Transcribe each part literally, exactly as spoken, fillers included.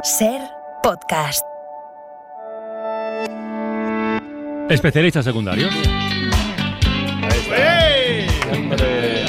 Ser Podcast. Especialistas secundarios. ¡Ey! Hombre.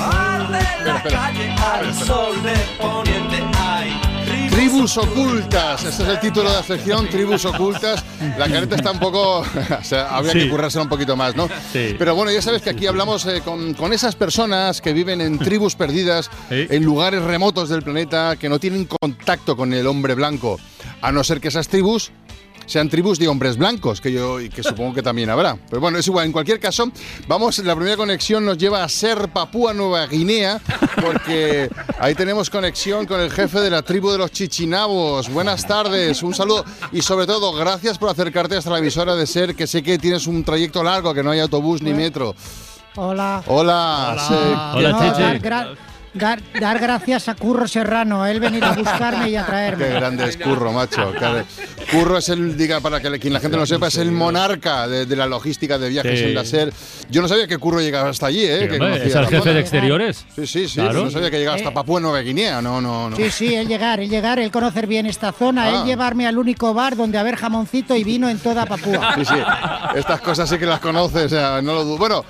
Tribus ocultas, este es el título de la sección, Tribus ocultas. La careta está un poco, o sea, habría Sí. que currársela un poquito más, ¿no? Sí. Pero bueno, ya sabes que aquí hablamos eh, con, con esas personas que viven en tribus perdidas, Sí. en lugares remotos del planeta, que no tienen contacto con el hombre blanco, a no ser que esas tribus sean tribus de hombres blancos, que yo y que supongo que también habrá. Pero bueno, es igual. En cualquier caso, vamos, la primera conexión nos lleva a Ser Papúa Nueva Guinea, porque ahí tenemos conexión con el jefe de la tribu de los chichinabos. Buenas tardes, un saludo y sobre todo, gracias por acercarte hasta la emisora de Ser, que sé que tienes un trayecto largo, que no hay autobús ni metro. Hola. Hola. Hola. Sí. Hola, No, Chichi. dar, gra- dar- dar gracias a Curro Serrano, él venir a buscarme y a Qué traerme. grande es Curro, macho. Que- Curro es el, diga, para que quien la gente no sepa, es el monarca de, de la logística de viajes Sí. en la Ser. Yo no sabía que Curro llegaba hasta allí, ¿eh? Sí, que hombre, conocía es la el jefe zona. de exteriores. Sí, sí, sí. Claro. No sabía que llegaba hasta Eh. Papúa Nueva Guinea. No, no, no. Sí, sí, él llegar, él llegar, él conocer bien esta zona, Ah. él llevarme al único bar donde haber jamoncito y vino en toda Papúa. Sí, sí. Estas cosas sí que las conoces, o sea, no lo dudo. Bueno,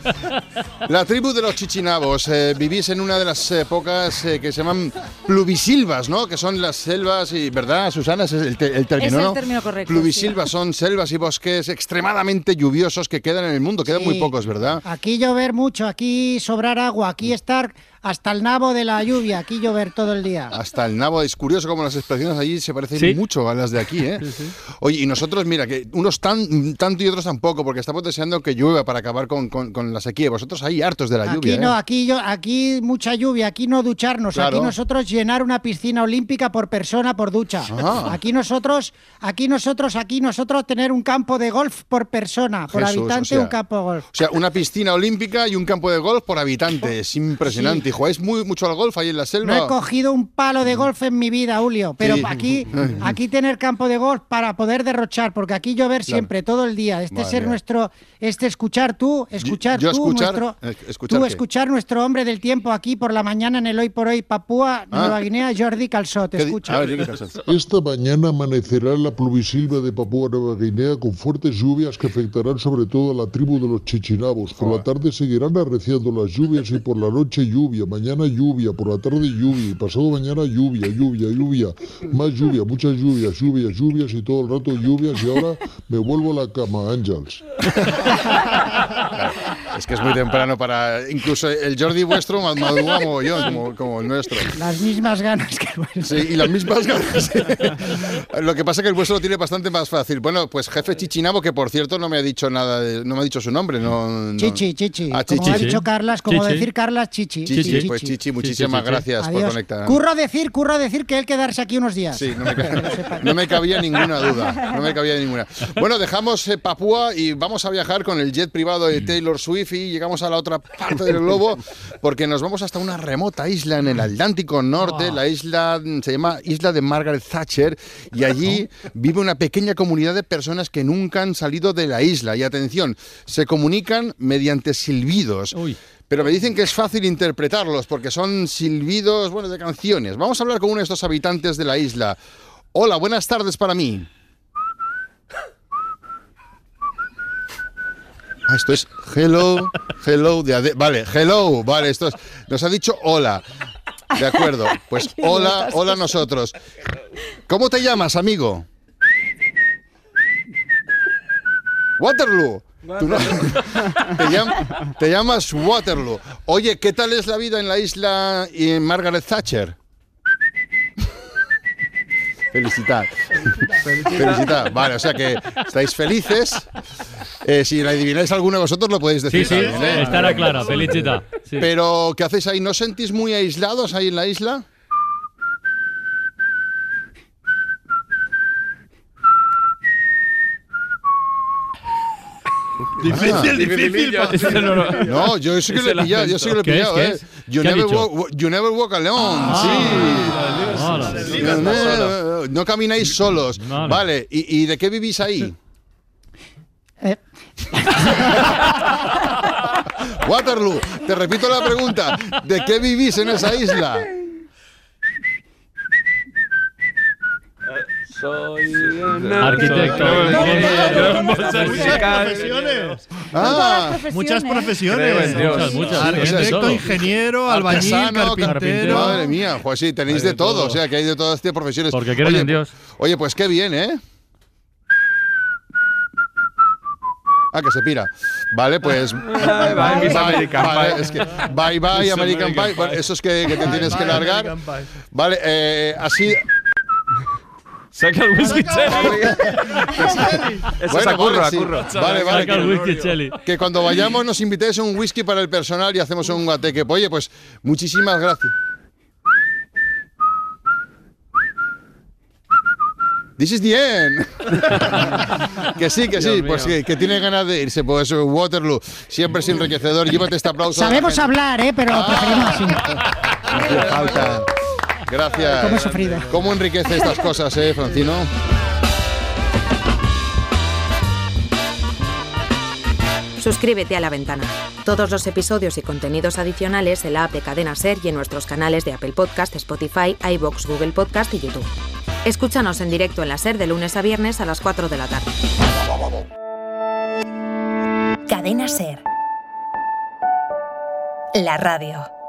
la tribu de los chichinabos. Eh, vivís en una de las épocas eh, que se llaman pluvisilvas, ¿no? Que son las selvas y, ¿verdad, Susana? Ese es el, te- el término, Es el ¿no? término correcto, Pluvisilvas son selvas y bosques extremadamente lluviosos que quedan en el mundo. Quedan Sí. muy pocos, ¿verdad? Aquí llover mucho, aquí sobrar agua, aquí estar hasta el nabo de la lluvia, aquí llover todo el día. Hasta el nabo. Es curioso como las expresiones allí se parecen Sí. mucho a las de aquí, ¿eh? Oye, y nosotros, mira, que unos tan tanto y otros tampoco, porque estamos deseando que llueva para acabar con, con- con la sequía. Vosotros ahí hartos de la Aquí lluvia, no, ¿eh? aquí yo, aquí mucha lluvia, aquí no ducharnos, Claro. aquí nosotros llenar una piscina olímpica por persona por ducha. Ah. Aquí nosotros, aquí nosotros, aquí nosotros tener un campo de golf por persona, por Jesús, habitante o sea, un campo de golf. O sea, una piscina olímpica y un campo de golf por habitante. Es impresionante. Sí. ¿Y jugáis muy, mucho al golf ahí en la selva? No he cogido un palo de golf en mi vida, Julio, pero Sí. aquí, aquí tener campo de golf para poder derrochar, porque aquí llover Claro. siempre, todo el día. Este Madre ser mía. nuestro, este escuchar tú, escuchar yo tú, escuchar, nuestro, eh, ¿escuchar tú qué? escuchar nuestro hombre del tiempo aquí por la mañana en el Hoy por Hoy Papúa Nueva Guinea, Jordi Calçot, ¿Qué di- escucha. A ver, ¿qué pasa? Esta mañana amanecerá en la pluvisilva de Papúa Nueva Guinea con fuertes lluvias que afectarán sobre todo a la tribu de los chichinabos. Por la tarde seguirán arreciando las lluvias y por la noche lluvia, mañana lluvia, por la tarde lluvia y pasado mañana lluvia, lluvia, lluvia, más lluvia, muchas lluvias, lluvias, lluvias y todo el rato lluvias y ahora me vuelvo a la cama, Ángels. Es que es muy temprano para... Incluso el Jordi vuestro ma- madruga mogollón, como, como el nuestro. Las mismas ganas que bueno. Sí, y las mismas ganas. Lo que pasa es que el vuestro lo tiene bastante más fácil. Bueno, pues jefe Chichinabo, que por cierto no me ha dicho nada, de- no me ha dicho su nombre. No, no- Chichi, Chichi. Ah, Como Chichi. ha dicho Carlas, como Chichi. decir Carlas, Chichi. Chichi, pues Chichi, muchísimas Chichi. gracias por Adiós. conectar. Curro decir, curro decir que él quedarse aquí unos días. Sí, no me, ca- no me cabía ninguna duda, no me cabía ninguna. Bueno, dejamos eh, Papúa y vamos a viajar con el jet privado de Taylor Swift y llegamos a la otra parte del globo porque nos vamos hasta una remota isla en el Atlántico Norte. La isla mm, se llama Isla de Margaret Thatcher y allí vive una pequeña comunidad de personas que nunca han salido de la isla. Y atención, se comunican mediante silbidos. Uy. Pero me dicen que es fácil interpretarlos porque son silbidos, bueno, de canciones. Vamos a hablar con uno de estos habitantes de la isla. Hola, buenas tardes para mí. Ah, esto es hello, hello, de ade- vale, hello, vale, esto es, nos ha dicho hola. De acuerdo, pues hola, hola nosotros. ¿Cómo te llamas, amigo? Waterloo. Tú no- te, llam- te llamas Waterloo. Oye, ¿qué tal es la vida en la isla y en Margaret Thatcher? Felicidad. Felicidad. Vale, o sea que estáis felices. Eh, si la adivináis alguno de vosotros lo podéis decir. Sí, sí, también, ¿eh? estará clara, felicita. Sí. Pero, ¿qué hacéis ahí? ¿No os sentís muy aislados ahí en la isla? Difícil, difícil. pa- Ese no lo- No, yo sí que Es lo he el pillado, yo sí que lo he acento. ¿Qué es? pillado, ¿Qué ¿eh? es? You ¿Qué ha never, dicho? walk, you never walk alone, Hola. sí. No, no, no camináis solos. Vale. Vale, ¿y, y de qué vivís ahí? Eh, Waterloo, te repito la pregunta. ¿De qué vivís en esa isla? Soy Arquitecto, ingeniero, profesiones. Ah, Muchas profesiones. Muchas, muchas. Arquitecto, ingeniero, albañil, artesano, carpintero. Madre mía, pues sí, tenéis de todo, o sea, que hay de todas estas profesiones. Porque creen Oye, en Dios. Oye, pues qué bien, ¿eh? Ah, que se pira. Vale, pues. Bye, bye, Miss American vale, Pie. es que bye bye Miss American, American Pie. Bueno, Pie. eso es que, que te tienes que largar. American Pie. Vale, eh, así. Saca el whisky cherry. Eso es a curro, vale, a sí. curro. Vale, vale. Saca el que- whisky, Cheli. Que cuando vayamos nos invitéis a un whisky para el personal y hacemos un guateque. Oye, pues muchísimas gracias. This is the end. Que sí, que sí, Dios pues mío. que, que tiene ganas de irse. Pues Waterloo, siempre es enriquecedor. Llévate este aplauso. a la Sabemos gente. hablar, ¿eh? Pero preferimos así. No hacía falta. Gracias. Cómo he sufrido. ¿Cómo enriquece estas cosas, eh, Francino? Suscríbete a La Ventana. Todos los episodios y contenidos adicionales en la app de Cadena SER y en nuestros canales de Apple Podcast, Spotify, iVoox, Google Podcast y YouTube. Escúchanos en directo en la SER de lunes a viernes a las cuatro de la tarde. Cadena SER. La radio.